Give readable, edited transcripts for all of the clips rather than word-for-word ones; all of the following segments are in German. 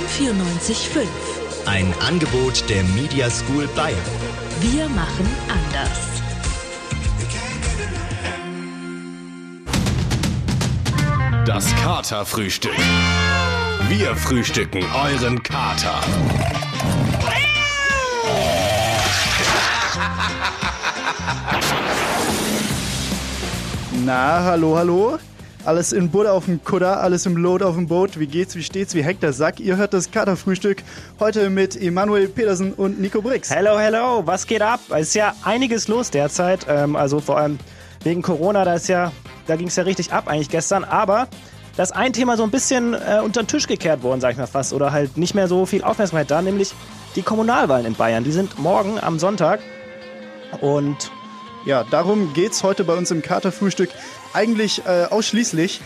94.5. Ein Angebot der Media School Bayern. Wir machen anders. Das Katerfrühstück. Wir frühstücken euren Kater. Na, hallo. Alles in Butter auf dem Kutter, alles im Lot auf dem Boot. Wie geht's, wie steht's, wie heckt der Sack? Ihr hört das Katerfrühstück heute mit Emanuel Petersen und Nico Brix. Hello, was geht ab? Es ist ja einiges los derzeit, also vor allem wegen Corona, da ging es ja richtig ab eigentlich gestern, aber da ist ein Thema so ein bisschen unter den Tisch gekehrt worden, sag ich mal fast, oder halt nicht mehr so viel Aufmerksamkeit da, nämlich die Kommunalwahlen in Bayern. Die sind morgen am Sonntag und ja, darum geht's heute bei uns im Katerfrühstück eigentlich ausschließlich.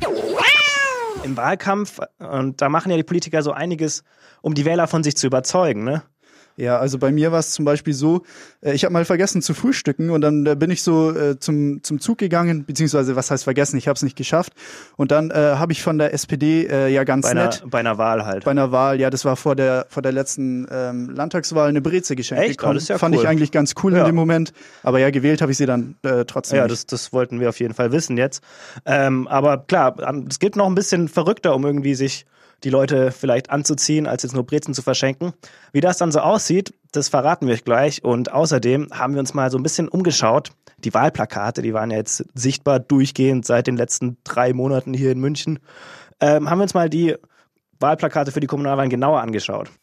Im Wahlkampf, und da machen ja die Politiker so einiges, um die Wähler von sich zu überzeugen, ne? Ja, also bei mir war es zum Beispiel so, ich habe mal vergessen zu frühstücken und dann bin ich so zum Zug gegangen, beziehungsweise was heißt vergessen, ich habe es nicht geschafft und dann habe ich von der SPD ja ganz nett. Bei einer Wahl halt. Bei einer Wahl, ja, das war vor der letzten Landtagswahl eine Breze geschenkt bekommen. Das ist ja Fand cool. ich eigentlich ganz cool in dem Moment, aber ja, gewählt habe ich sie dann trotzdem Ja, nicht. das wollten wir auf jeden Fall wissen jetzt. Aber klar, es gibt noch ein bisschen verrückter, um irgendwie sich die Leute vielleicht anzuziehen, als jetzt nur Brezen zu verschenken. Wie das dann so aussieht, das verraten wir euch gleich. Und außerdem haben wir uns mal so ein bisschen umgeschaut. Die Wahlplakate, die waren ja jetzt sichtbar durchgehend seit den letzten 3 Monaten hier in München. Haben wir uns mal die Wahlplakate für die Kommunalwahlen genauer angeschaut.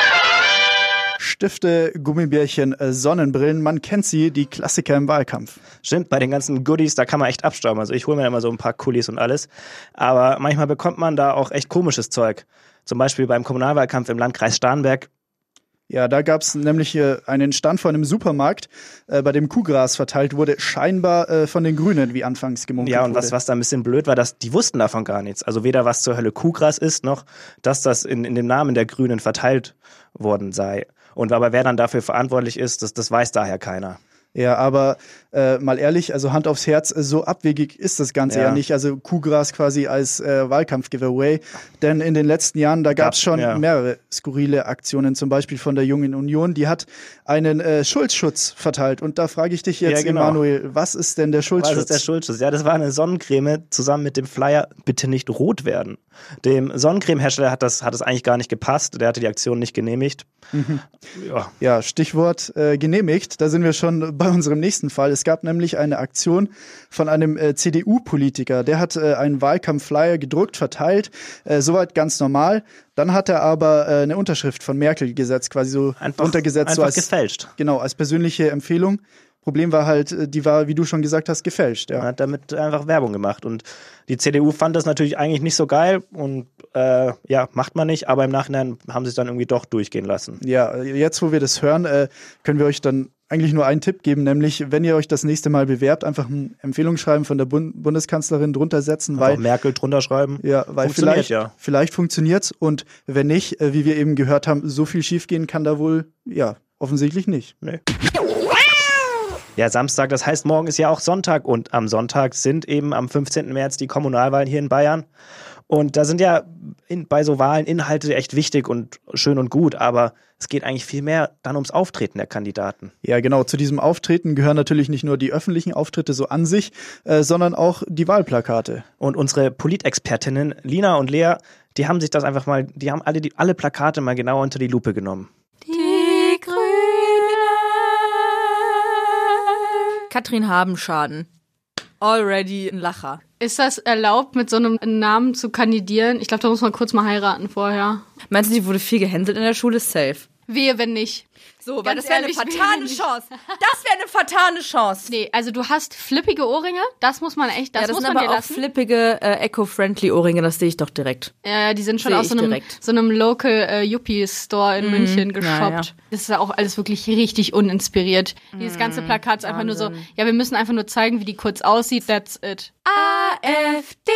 Stifte, Gummibärchen, Sonnenbrillen, man kennt sie, die Klassiker im Wahlkampf. Stimmt, bei den ganzen Goodies, da kann man echt abstauben. Also ich hole mir immer so ein paar Kulis und alles. Aber manchmal bekommt man da auch echt komisches Zeug. Zum Beispiel beim Kommunalwahlkampf im Landkreis Starnberg. Ja, da gab's nämlich einen Stand vor einem Supermarkt, bei dem Kuhgras verteilt wurde, scheinbar von den Grünen, wie anfangs gemunkelt wurde. Ja, und wurde. was da ein bisschen blöd war, dass die wussten davon gar nichts. Also weder was zur Hölle Kuhgras ist, noch dass das in dem Namen der Grünen verteilt worden sei. Und aber wer dann dafür verantwortlich ist, das weiß daher keiner. Ja, aber mal ehrlich, also Hand aufs Herz, so abwegig ist das Ganze ja nicht. Also Kuhgras quasi als Wahlkampf-Giveaway. Denn in den letzten Jahren, da gab's schon mehrere skurrile Aktionen, zum Beispiel von der Jungen Union. Die hat einen Schulzschutz verteilt. Und da frage ich dich jetzt, Emanuel, was ist denn der Schulzschutz? Was ist der Schulzschutz? Ja, das war eine Sonnencreme zusammen mit dem Flyer "Bitte nicht rot werden". Dem Sonnencremehersteller hat das eigentlich gar nicht gepasst. Der hatte die Aktion nicht genehmigt. Mhm. Ja, Stichwort genehmigt. Da sind wir schon bei unserem nächsten Fall. Es gab nämlich eine Aktion von einem CDU-Politiker. Der hat einen Wahlkampfflyer gedruckt, verteilt, soweit ganz normal. Dann hat er aber eine Unterschrift von Merkel gesetzt, quasi so untergesetzt. Einfach so gefälscht. Genau, als persönliche Empfehlung. Problem war halt, die war, wie du schon gesagt hast, gefälscht. Ja. Man hat damit einfach Werbung gemacht und die CDU fand das natürlich eigentlich nicht so geil und macht man nicht, aber im Nachhinein haben sie es dann irgendwie doch durchgehen lassen. Ja, jetzt wo wir das hören, können wir euch dann eigentlich nur einen Tipp geben, nämlich wenn ihr euch das nächste Mal bewerbt, einfach ein Empfehlungsschreiben von der Bundeskanzlerin drunter setzen, weil Merkel drunter schreiben. Ja, weil vielleicht funktioniert's und wenn nicht, wie wir eben gehört haben, so viel schiefgehen kann da wohl offensichtlich nicht. Nee. Ja, Samstag, das heißt, morgen ist ja auch Sonntag und am Sonntag sind eben am 15. März die Kommunalwahlen hier in Bayern. Und da sind ja bei so Wahlen Inhalte echt wichtig und schön und gut, aber es geht eigentlich viel mehr dann ums Auftreten der Kandidaten. Ja, genau. Zu diesem Auftreten gehören natürlich nicht nur die öffentlichen Auftritte so an sich, sondern auch die Wahlplakate. Und unsere Politexpertinnen Lina und Lea, die haben sich das einfach mal, die haben alle Plakate mal genauer unter die Lupe genommen. Die Grünen. Katrin Habenschaden. Already ein Lacher. Ist das erlaubt, mit so einem Namen zu kandidieren? Ich glaube, da muss man kurz mal heiraten vorher. Meinst du, die wurde viel gehänselt in der Schule? Safe. Wehe, wenn nicht. So, weil das wäre eine fatale Chance. Das wäre eine fatale Chance. Nee, also du hast flippige Ohrringe, das muss man echt, das muss man dir lassen. Das sind aber auch flippige, eco-friendly Ohrringe, das sehe ich doch direkt. Ja, die sind schon aus so einem Local Yuppie-Store in München geshoppt. Ja. Das ist ja auch alles wirklich richtig uninspiriert. Dieses ganze Plakat ist einfach nur so, ja, wir müssen einfach nur zeigen, wie die kurz aussieht, that's it. AfD!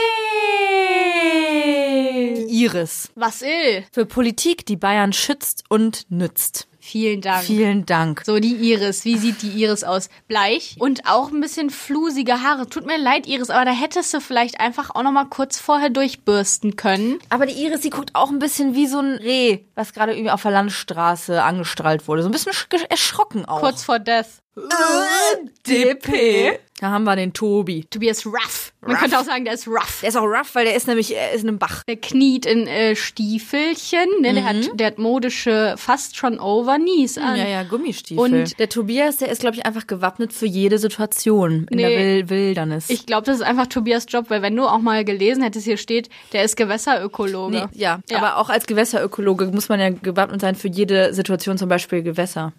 Die Iris. Was Für Politik, die Bayern schützt und nützt. Vielen Dank. Vielen Dank. So, die Iris. Wie sieht die Iris aus? Bleich und auch ein bisschen flusige Haare. Tut mir leid, Iris, aber da hättest du vielleicht einfach auch noch mal kurz vorher durchbürsten können. Aber die Iris, die guckt auch ein bisschen wie so ein Reh, was gerade irgendwie auf der Landstraße angestrahlt wurde. So ein bisschen erschrocken auch. Kurz vor Death. DP. Da haben wir den Tobi. Tobias Ruff. Man könnte auch sagen, der ist rough. Der ist auch rough, weil er ist in einem Bach. Der kniet in Stiefelchen. Ne? Der hat modische, fast schon Overknees an. Ja, Gummistiefel. Und der Tobias, der ist, glaube ich, einfach gewappnet für jede Situation in der Wildnis. Ich glaube, das ist einfach Tobias Job, weil wenn du auch mal gelesen hättest, hier steht, der ist Gewässerökologe. Nee, ja, aber auch als Gewässerökologe muss man ja gewappnet sein für jede Situation, zum Beispiel Gewässer.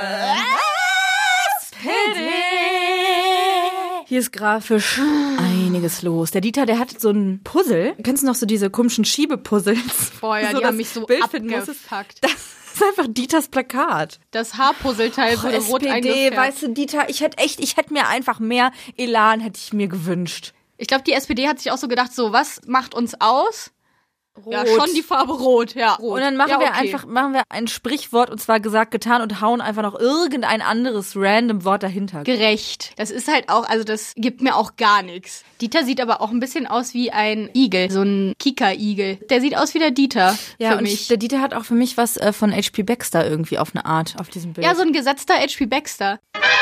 Hier ist grafisch einiges los. Der Dieter, der hat so ein Puzzle. Kennst du noch so diese komischen Schiebepuzzles? Boah, ja, so die haben mich so abgefuckt. Das ist einfach Dieters Plakat. Das Haarpuzzleteil wurde rot eingefärbt. Weißt du, Dieter, ich hätte mir einfach mehr Elan, hätte ich mir gewünscht. Ich glaube, die SPD hat sich auch so gedacht, so, was macht uns aus? Rot. Ja, schon die Farbe rot, ja. Rot. Und dann machen wir ein Sprichwort, und zwar gesagt, getan, und hauen einfach noch irgendein anderes random Wort dahinter. Gerecht. Das ist halt auch, also das gibt mir auch gar nichts. Dieter sieht aber auch ein bisschen aus wie ein Igel, so ein Kika-Igel. Der sieht aus wie der Dieter für mich. Der Dieter hat auch für mich was von H.P. Baxter irgendwie auf eine Art, auf diesem Bild. Ja, so ein gesetzter H.P. Baxter.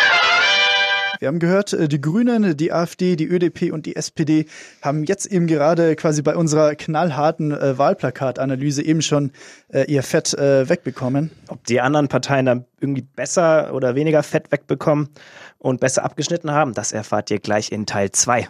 Wir haben gehört, die Grünen, die AfD, die ÖDP und die SPD haben jetzt eben gerade quasi bei unserer knallharten Wahlplakatanalyse eben schon ihr Fett wegbekommen. Ob die anderen Parteien dann irgendwie besser oder weniger Fett wegbekommen und besser abgeschnitten haben, das erfahrt ihr gleich in Teil 2.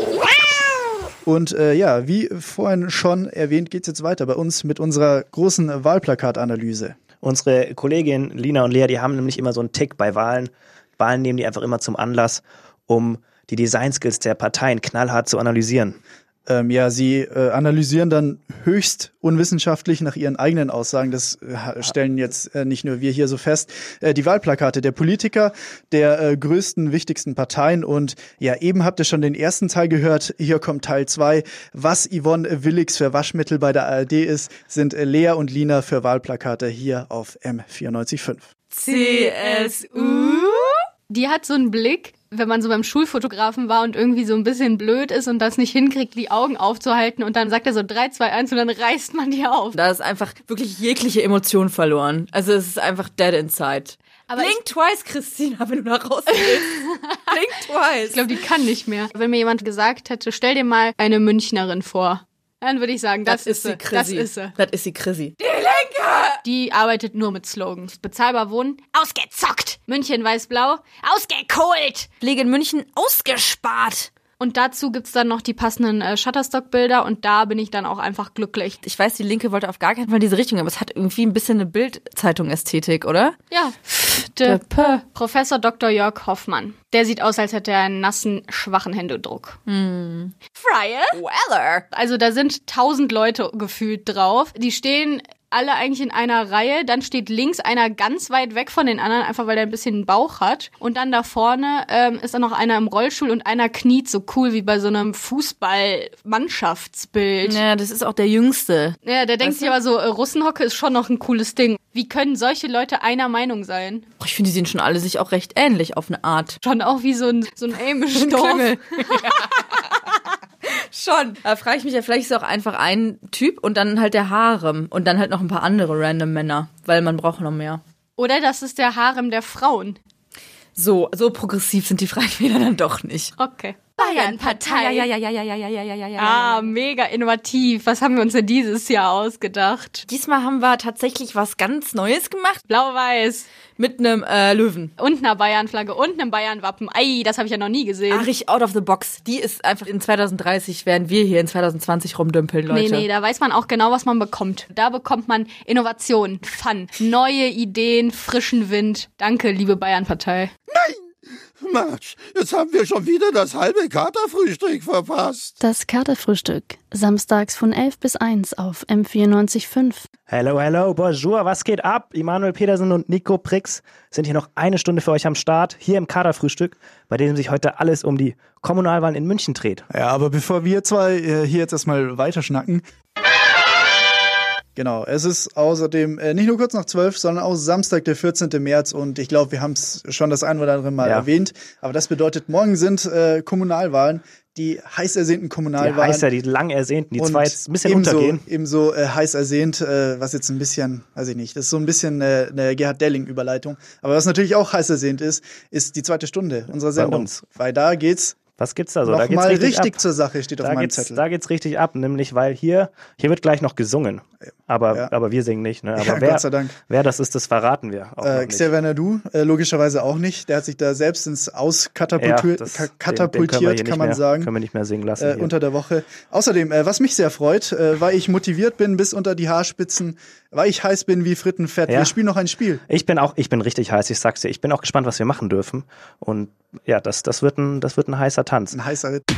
Und wie vorhin schon erwähnt, geht es jetzt weiter bei uns mit unserer großen Wahlplakatanalyse. Unsere Kolleginnen Lina und Lea, die haben nämlich immer so einen Tick bei Wahlen. Wahlen nehmen die einfach immer zum Anlass, um die Designskills der Parteien knallhart zu analysieren. Sie analysieren dann höchst unwissenschaftlich nach ihren eigenen Aussagen. Das stellen jetzt nicht nur wir hier so fest. Die Wahlplakate der Politiker, der größten, wichtigsten Parteien. Und ja, eben habt ihr schon den ersten Teil gehört. Hier kommt Teil 2. Was Yvonne Willigs für Waschmittel bei der ARD ist, sind Lea und Lina für Wahlplakate hier auf M94.5. CSU? Die hat so einen Blick, wenn man so beim Schulfotografen war und irgendwie so ein bisschen blöd ist und das nicht hinkriegt, die Augen aufzuhalten und dann sagt er so 3, 2, 1 und dann reißt man die auf. Da ist einfach wirklich jegliche Emotion verloren. Also es ist einfach dead inside. Aber Blink twice, Christina, wenn du da raus willst. Blink twice. Ich glaube, die kann nicht mehr. Wenn mir jemand gesagt hätte, stell dir mal eine Münchnerin vor, dann würde ich sagen, das ist sie. Das ist sie. Das ist sie, Chrissy. Die Linke! Die arbeitet nur mit Slogans. Bezahlbar wohnen, ausgezockt. München weiß-blau, ausgekohlt. Pflege in München, ausgespart. Und dazu gibt's dann noch die passenden Shutterstock-Bilder und da bin ich dann auch einfach glücklich. Ich weiß, die Linke wollte auf gar keinen Fall diese Richtung, aber es hat irgendwie ein bisschen eine Bild-Zeitung-Ästhetik, oder? Ja. Professor Dr. Jörg Hoffmann. Der sieht aus, als hätte er einen nassen, schwachen Händedruck. Freie Weller. Also da sind 1000 Leute gefühlt drauf. Die stehen alle eigentlich in einer Reihe. Dann steht links einer ganz weit weg von den anderen, einfach weil der ein bisschen einen Bauch hat. Und dann da vorne ist dann noch einer im Rollstuhl und einer kniet so cool wie bei so einem Fußball-Mannschaftsbild. Ja, das ist auch der Jüngste. Ja, der denkt sich aber so, Russenhocke ist schon noch ein cooles Ding. Wie können solche Leute einer Meinung sein? Ich finde, die sehen schon alle sich auch recht ähnlich auf eine Art. Schon auch wie so ein Amish-Dorf. Schon. Da frage ich mich ja, vielleicht ist es auch einfach ein Typ und dann halt der Harem und dann halt noch ein paar andere random Männer, weil man braucht noch mehr. Oder das ist der Harem der Frauen. So progressiv sind die Freien Wähler dann doch nicht. Okay. Bayern-Partei. Ja. Mega innovativ. Was haben wir uns denn dieses Jahr ausgedacht? Diesmal haben wir tatsächlich was ganz Neues gemacht. Blau-Weiß. Mit einem Löwen. Und einer Bayern-Flagge und einem Bayern-Wappen. Ei, das habe ich ja noch nie gesehen. Ach, richtig out of the box. Die ist einfach in 2030, während wir hier in 2020 rumdümpeln, Leute. Nee, da weiß man auch genau, was man bekommt. Da bekommt man Innovation, Fun, neue Ideen, frischen Wind. Danke, liebe Bayern-Partei. Nein! Mensch, jetzt haben wir schon wieder das halbe Katerfrühstück verpasst. Das Katerfrühstück. Samstags von 11 bis 1 auf M94.5. Hello, bonjour, was geht ab? Immanuel Petersen und Nico Prix sind hier noch eine Stunde für euch am Start, hier im Katerfrühstück, bei dem sich heute alles um die Kommunalwahlen in München dreht. Ja, aber bevor wir zwei hier jetzt erstmal weiterschnacken, Genau, es ist außerdem nicht nur kurz nach 12, sondern auch Samstag, der 14. März. Und ich glaube, wir haben es schon das ein oder andere Mal erwähnt. Aber das bedeutet, morgen sind Kommunalwahlen. Die heiß ersehnten Kommunalwahlen. Die lang ersehnten, die zwar jetzt ein bisschen untergehen. Ebenso heiß ersehnt, was jetzt ein bisschen, weiß ich nicht, das ist so ein bisschen eine Gerhard Delling-Überleitung. Aber was natürlich auch heiß ersehnt ist die zweite Stunde unserer Sendung. Weil da geht's. Was gibt's da so? Da geht's mal richtig zur Sache, steht auf meinem Zettel. Da geht's richtig ab, nämlich weil hier wird gleich noch gesungen. Aber wir singen nicht. Ne? Aber Gott sei Dank. Wer das ist, das verraten wir auch noch nicht. Xavier Naidu, logischerweise auch nicht. Der hat sich da selbst ins Auskatapultiert, kann man sagen. Können wir nicht mehr singen lassen. Unter der Woche. Außerdem, was mich sehr freut, weil ich motiviert bin bis unter die Haarspitzen, weil ich heiß bin wie Frittenfett. Wir spielen noch ein Spiel. Ich bin richtig heiß, ich sag's dir. Ich bin auch gespannt, was wir machen dürfen. Und ja, das wird ein heißer Tanz. Ein heißer Ritt.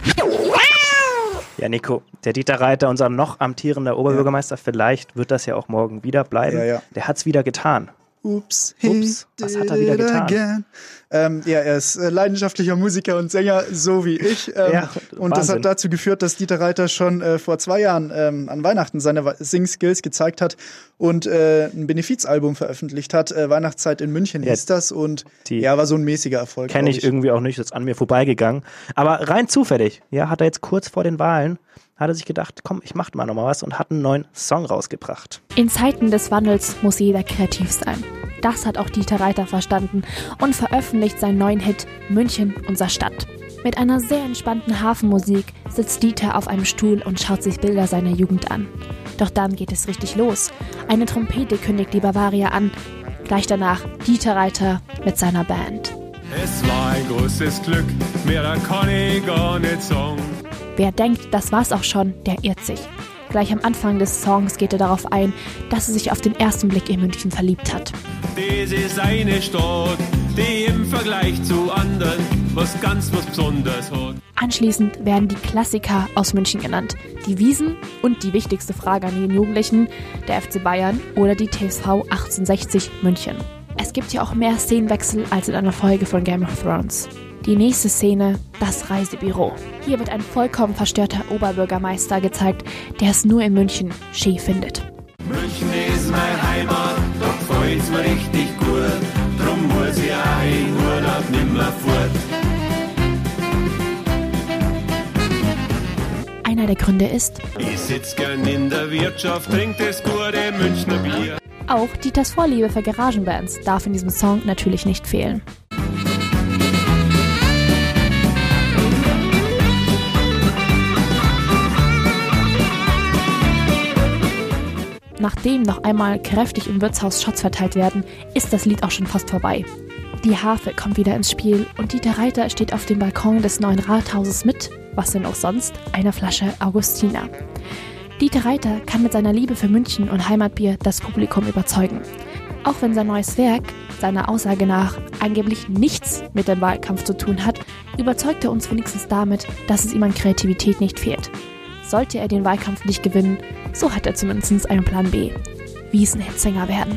Ja, Nico, der Dieter Reiter, unser noch amtierender Oberbürgermeister, vielleicht wird das ja auch morgen wieder bleiben. Ja. Der hat's wieder getan. Ups, was hat er wieder getan? Er ist leidenschaftlicher Musiker und Sänger, so wie ich. Und das hat dazu geführt, dass Dieter Reiter schon vor 2 Jahren an Weihnachten seine Sing-Skills gezeigt hat und ein Benefizalbum veröffentlicht hat. Weihnachtszeit in München hieß das und war so ein mäßiger Erfolg. Kenne ich irgendwie auch nicht, ist an mir vorbeigegangen. Aber rein zufällig, hat er jetzt kurz vor den Wahlen hat er sich gedacht, komm, ich mach mal nochmal was und hat einen neuen Song rausgebracht. In Zeiten des Wandels muss jeder kreativ sein. Das hat auch Dieter Reiter verstanden und veröffentlicht seinen neuen Hit München, unser Stadt. Mit einer sehr entspannten Hafenmusik sitzt Dieter auf einem Stuhl und schaut sich Bilder seiner Jugend an. Doch dann geht es richtig los. Eine Trompete kündigt die Bavaria an. Gleich danach Dieter Reiter mit seiner Band. Es war ein großes Glück, mehr kann ich gar nicht sagen. Wer denkt, das war's auch schon, der irrt sich. Gleich am Anfang des Songs geht er darauf ein, dass er sich auf den ersten Blick in München verliebt hat. Das ist eine Stadt, die im Vergleich zu anderen was Besonderes hat. Anschließend werden die Klassiker aus München genannt. Die Wiesn und die wichtigste Frage an die Jugendlichen, der FC Bayern oder die TSV 1860 München. Es gibt ja auch mehr Szenenwechsel als in einer Folge von Game of Thrones. Die nächste Szene, das Reisebüro. Hier wird ein vollkommen verstörter Oberbürgermeister gezeigt, der es nur in München Ski findet. München ist meine Heimat, dort freut's mir richtig gut. Drum muss ich auch in Urlaub nimmer fort. Einer der Gründe ist: Ich sitz gern in der Wirtschaft, trink das gute Münchner Bier. Auch Dieters Vorliebe für Garagenbands darf in diesem Song natürlich nicht fehlen. Nachdem noch einmal kräftig im Wirtshaus Shots verteilt werden, ist das Lied auch schon fast vorbei. Die Harfe kommt wieder ins Spiel und Dieter Reiter steht auf dem Balkon des neuen Rathauses mit, was denn auch sonst, einer Flasche Augustiner. Dieter Reiter kann mit seiner Liebe für München und Heimatbier das Publikum überzeugen. Auch wenn sein neues Werk, seiner Aussage nach, angeblich nichts mit dem Wahlkampf zu tun hat, überzeugt er uns wenigstens damit, dass es ihm an Kreativität nicht fehlt. Sollte er den Wahlkampf nicht gewinnen, so hat er zumindest einen Plan B. Wiesn-Hitsänger werden.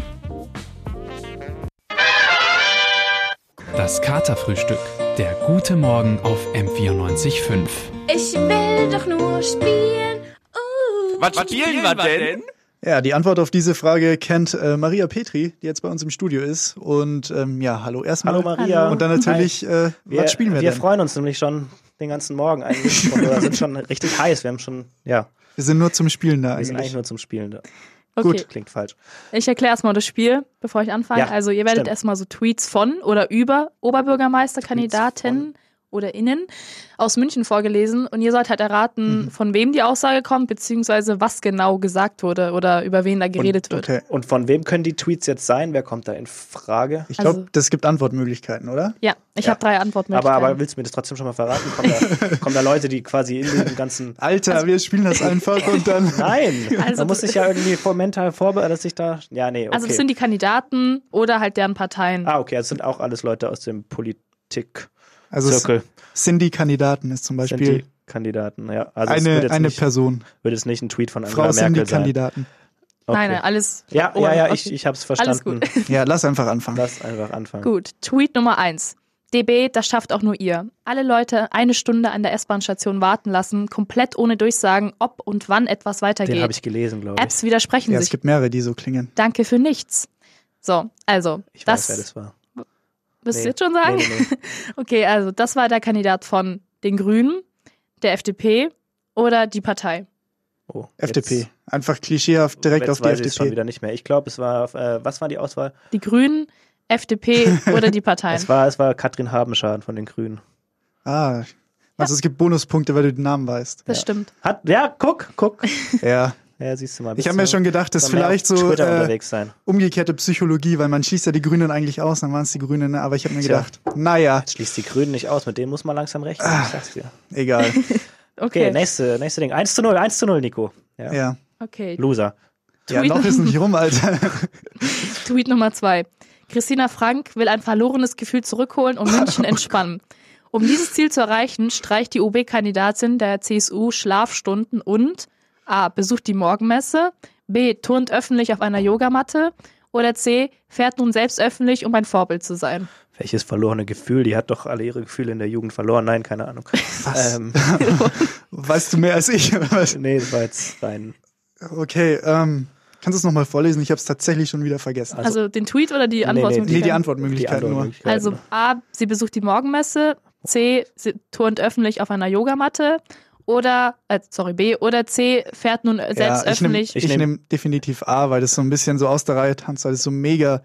Das Katerfrühstück. Der gute Morgen auf M94.5. Ich will doch nur spielen. Was spielen wir denn? Ja, die Antwort auf diese Frage kennt Maria Petri, die jetzt bei uns im Studio ist. Und hallo erstmal. Hallo Maria. Und dann natürlich, was spielen wir denn? Wir freuen uns nämlich schon den ganzen Morgen eigentlich. Wir sind schon richtig heiß. Wir haben schon, Wir sind nur zum Spielen da eigentlich. Wir sind eigentlich nur zum Spielen da. Okay. Gut, klingt falsch. Ich erkläre erstmal das Spiel, bevor ich anfange. Ja, also ihr werdet erstmal so Tweets von oder über Oberbürgermeisterkandidaten oder innen aus München vorgelesen und ihr sollt halt erraten, von wem die Aussage kommt, beziehungsweise was genau gesagt wurde oder über wen da geredet wird. Okay. Und von wem können die Tweets jetzt sein? Wer kommt da in Frage? Ich glaube, das gibt Antwortmöglichkeiten, oder? Ja, ich habe 3 Antwortmöglichkeiten. Aber willst du mir das trotzdem schon mal verraten? Kommen da Leute, die quasi in dem ganzen... Alter, wir spielen das einfach und dann... Nein, man muss sich ja irgendwie mental vorbereiten, dass ich da... Ja, nee, okay. Also das sind die Kandidaten oder halt deren Parteien. Ah, okay, das sind auch alles Leute aus dem Politik... Also Cindy-Kandidaten ist zum Beispiel Cindy-Kandidaten, ja. Also eine Person. Würde es nicht ein Tweet von Frau Angela Merkel sein. Cindy-Kandidaten. Okay. Nein, alles. Ja, okay. ich habe es verstanden. Alles gut. Ja, lass einfach anfangen. Gut, Tweet Nummer 1. DB, das schafft auch nur ihr. Alle Leute 1 Stunde an der S-Bahn-Station warten lassen, komplett ohne Durchsagen, ob und wann etwas weitergeht. Den habe ich gelesen, glaube ich. Apps widersprechen sich. Es gibt mehrere, die so klingen. Danke für nichts. So, also. Ich weiß, wer das war. Willst du jetzt schon sagen? Nee. Okay, also das war der Kandidat von den Grünen, der FDP oder die Partei. Oh, FDP. Einfach klischeehaft direkt auf die FDP. Ich schon wieder nicht mehr. Ich glaube, es war, was war die Auswahl? Die Grünen, FDP oder die Parteien. Es war Katrin Habenschaden von den Grünen. Also es gibt Bonuspunkte, weil du den Namen weißt. Das stimmt. Guck. Ja. Ja, siehst du mal. Ich habe mir schon gedacht, das ist vielleicht so umgekehrte Psychologie, weil man schließt ja die Grünen eigentlich aus, dann waren es die Grünen, ne? Aber ich habe mir gedacht, naja. Jetzt schließt die Grünen nicht aus, mit denen muss man langsam rechnen, ich sag's dir. Egal. Okay, nächste Ding. 1:0, Nico. Ja. Okay. Loser. Ja, noch ist nicht rum, Alter. Tweet Nummer 2. Christina Frank will ein verlorenes Gefühl zurückholen und München entspannen. Um dieses Ziel zu erreichen, streicht die OB-Kandidatin der CSU Schlafstunden und A. besucht die Morgenmesse, B. turnt öffentlich auf einer Yogamatte oder C. fährt nun selbst öffentlich, um ein Vorbild zu sein. Welches verlorene Gefühl? Die hat doch alle ihre Gefühle in der Jugend verloren. Nein, keine Ahnung. Was? Weißt du mehr als ich? Oder was? Nee, das war jetzt rein. Okay, kannst du es nochmal vorlesen? Ich habe es tatsächlich schon wieder vergessen. Also den Tweet oder die Antwortmöglichkeiten? Nee, die Antwortmöglichkeiten nur. Also A. sie besucht die Morgenmesse, C. sie turnt öffentlich auf einer Yogamatte oder, B, oder C. fährt nun selbst öffentlich. Ich nehm definitiv A, weil das so ein bisschen so aus der Reihe tanzt, weil das so mega,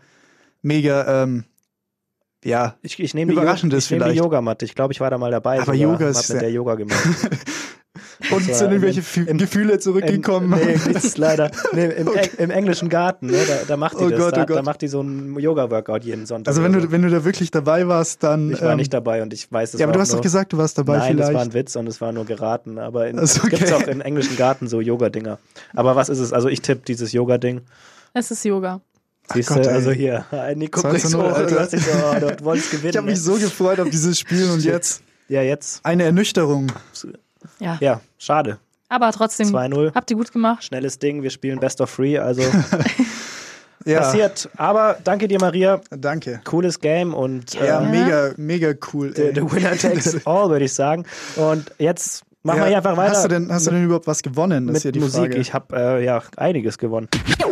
ich nehme überraschend ist vielleicht. Ich nehme die Yogamatte. Ich glaube, ich war da mal dabei. Aber Yoga ist mit der Yoga gemacht. Und sind irgendwelche Gefühle zurückgekommen? Nee, nichts leider. Nee, im englischen Garten, ne, da macht die da macht die so einen Yoga-Workout jeden Sonntag. Also wenn du da wirklich dabei warst, dann... Ich war nicht dabei und ich weiß es. Ja, aber du hast doch gesagt, du warst dabei. Nein, vielleicht. Das war ein Witz und es war nur geraten. Aber es gibt auch im englischen Garten so Yoga-Dinger. Aber was ist es? Also ich tippe dieses Yoga-Ding. Es ist Yoga. Siehst du, also hier, Nico kriegst du hast dich du wolltest gewinnen. Ich habe mich so gefreut auf dieses Spiel und jetzt... Ja, jetzt. Eine Ernüchterung. Ja, schade. Aber trotzdem 2-0. Habt ihr gut gemacht. Schnelles Ding, wir spielen Best of 3, also passiert. Aber danke dir, Maria. Danke. Cooles Game und mega cool. The winner takes it all, würde ich sagen. Und jetzt machen wir hier einfach weiter. Hast du denn überhaupt was gewonnen? Das mit ist ja die Musik. Frage. Ich habe einiges gewonnen.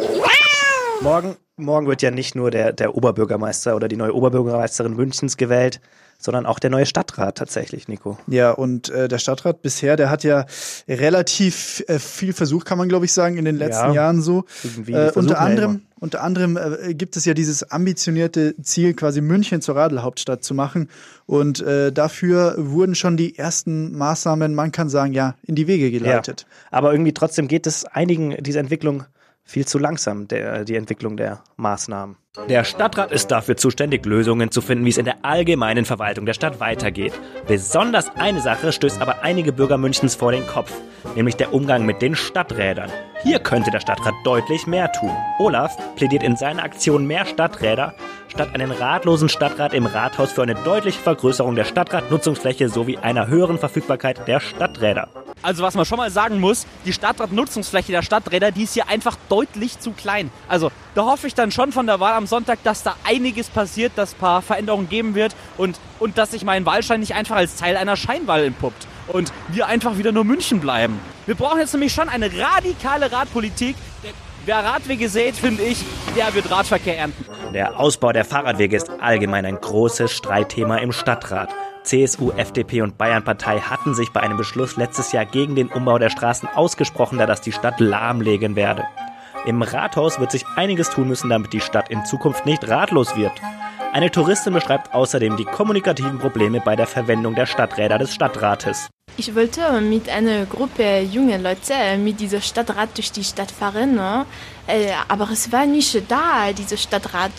Morgen wird ja nicht nur der Oberbürgermeister oder die neue Oberbürgermeisterin Münchens gewählt, sondern auch der neue Stadtrat tatsächlich, Nico. Ja, und der Stadtrat bisher, der hat ja relativ viel versucht, kann man glaube ich sagen, in den letzten Jahren so. Unter anderem gibt es ja dieses ambitionierte Ziel, quasi München zur Radelhauptstadt zu machen. Und dafür wurden schon die ersten Maßnahmen, man kann sagen, in die Wege geleitet. Ja, aber irgendwie trotzdem geht es einigen diese Entwicklung viel zu langsam, die Entwicklung der Maßnahmen. Der Stadtrat ist dafür zuständig, Lösungen zu finden, wie es in der allgemeinen Verwaltung der Stadt weitergeht. Besonders eine Sache stößt aber einige Bürger Münchens vor den Kopf, nämlich der Umgang mit den Stadträdern. Hier könnte der Stadtrat deutlich mehr tun. Olaf plädiert in seiner Aktion Mehr Stadträder statt einen ratlosen Stadtrat im Rathaus für eine deutliche Vergrößerung der Stadtratnutzungsfläche sowie einer höheren Verfügbarkeit der Stadträder. Also was man schon mal sagen muss, die Stadtratnutzungsfläche der Stadträder, die ist hier einfach deutlich zu klein. Also da hoffe ich dann schon von der Wahl am Sonntag, dass da einiges passiert, dass es ein paar Veränderungen geben wird und dass sich mein Wahlschein nicht einfach als Teil einer Scheinwahl entpuppt und wir einfach wieder nur München bleiben. Wir brauchen jetzt nämlich schon eine radikale Radpolitik. Wer Radwege sät, finde ich, der wird Radverkehr ernten. Der Ausbau der Fahrradwege ist allgemein ein großes Streitthema im Stadtrat. CSU, FDP und Bayernpartei hatten sich bei einem Beschluss letztes Jahr gegen den Umbau der Straßen ausgesprochen, da das die Stadt lahmlegen werde. Im Rathaus wird sich einiges tun müssen, damit die Stadt in Zukunft nicht ratlos wird. Eine Touristin beschreibt außerdem die kommunikativen Probleme bei der Verwendung der Stadträder des Stadtrates. Ich wollte mit einer Gruppe junger Leute mit diesem Stadtrat durch die Stadt fahren, aber es war nicht da, dieser Stadtrat.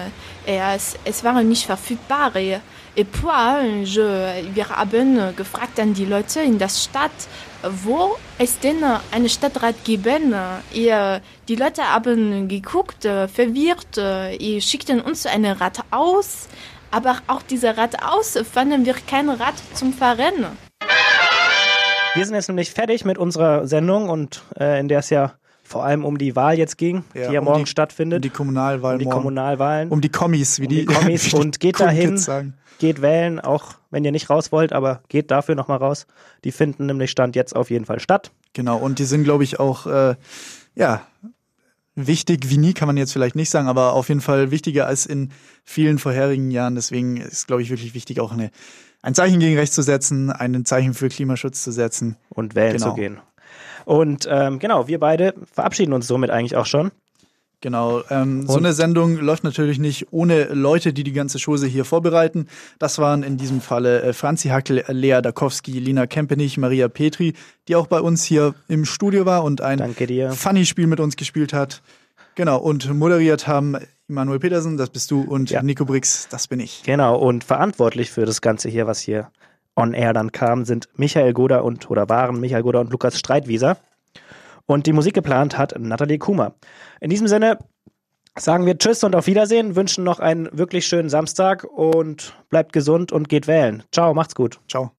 Es war nicht verfügbar. Et puis, wir haben gefragt an die Leute in der Stadt, wo es denn einen Stadtrat geben. Die Leute haben geguckt, verwirrt, schickten uns einen Rat aus, aber auch dieser Rat aus fanden wir kein Rat zum Fahren. Wir sind jetzt nämlich fertig mit unserer Sendung und in der es ja vor allem um die Wahl jetzt ging, die ja morgen stattfindet. Um die Kommunalwahlen. Um die Kommis, wie die Kommis. Und geht dahin, geht wählen, auch wenn ihr nicht raus wollt, aber geht dafür nochmal raus. Die finden nämlich Stand jetzt auf jeden Fall statt. Genau, und die sind, glaube ich, auch, wichtig wie nie, kann man jetzt vielleicht nicht sagen, aber auf jeden Fall wichtiger als in vielen vorherigen Jahren. Deswegen ist, glaube ich, wirklich wichtig, auch ein Zeichen gegen rechts zu setzen, ein Zeichen für Klimaschutz zu setzen. Und wählen zu gehen. Und wir beide verabschieden uns somit eigentlich auch schon. Genau, so eine Sendung läuft natürlich nicht ohne Leute, die ganze Chose hier vorbereiten. Das waren in diesem Falle Franzi Hackel, Lea Dakowski, Lina Kempenich, Maria Petri, die auch bei uns hier im Studio war und ein Funny-Spiel mit uns gespielt hat. Genau, und moderiert haben Immanuel Petersen, das bist du, und Nico Brix, das bin ich. Genau, und verantwortlich für das Ganze hier, was hier on air dann kam, waren Michael Goder und Lukas Streitwieser. Und die Musik geplant hat Nathalie Kuma. In diesem Sinne sagen wir Tschüss und auf Wiedersehen, wünschen noch einen wirklich schönen Samstag und bleibt gesund und geht wählen. Ciao, macht's gut. Ciao.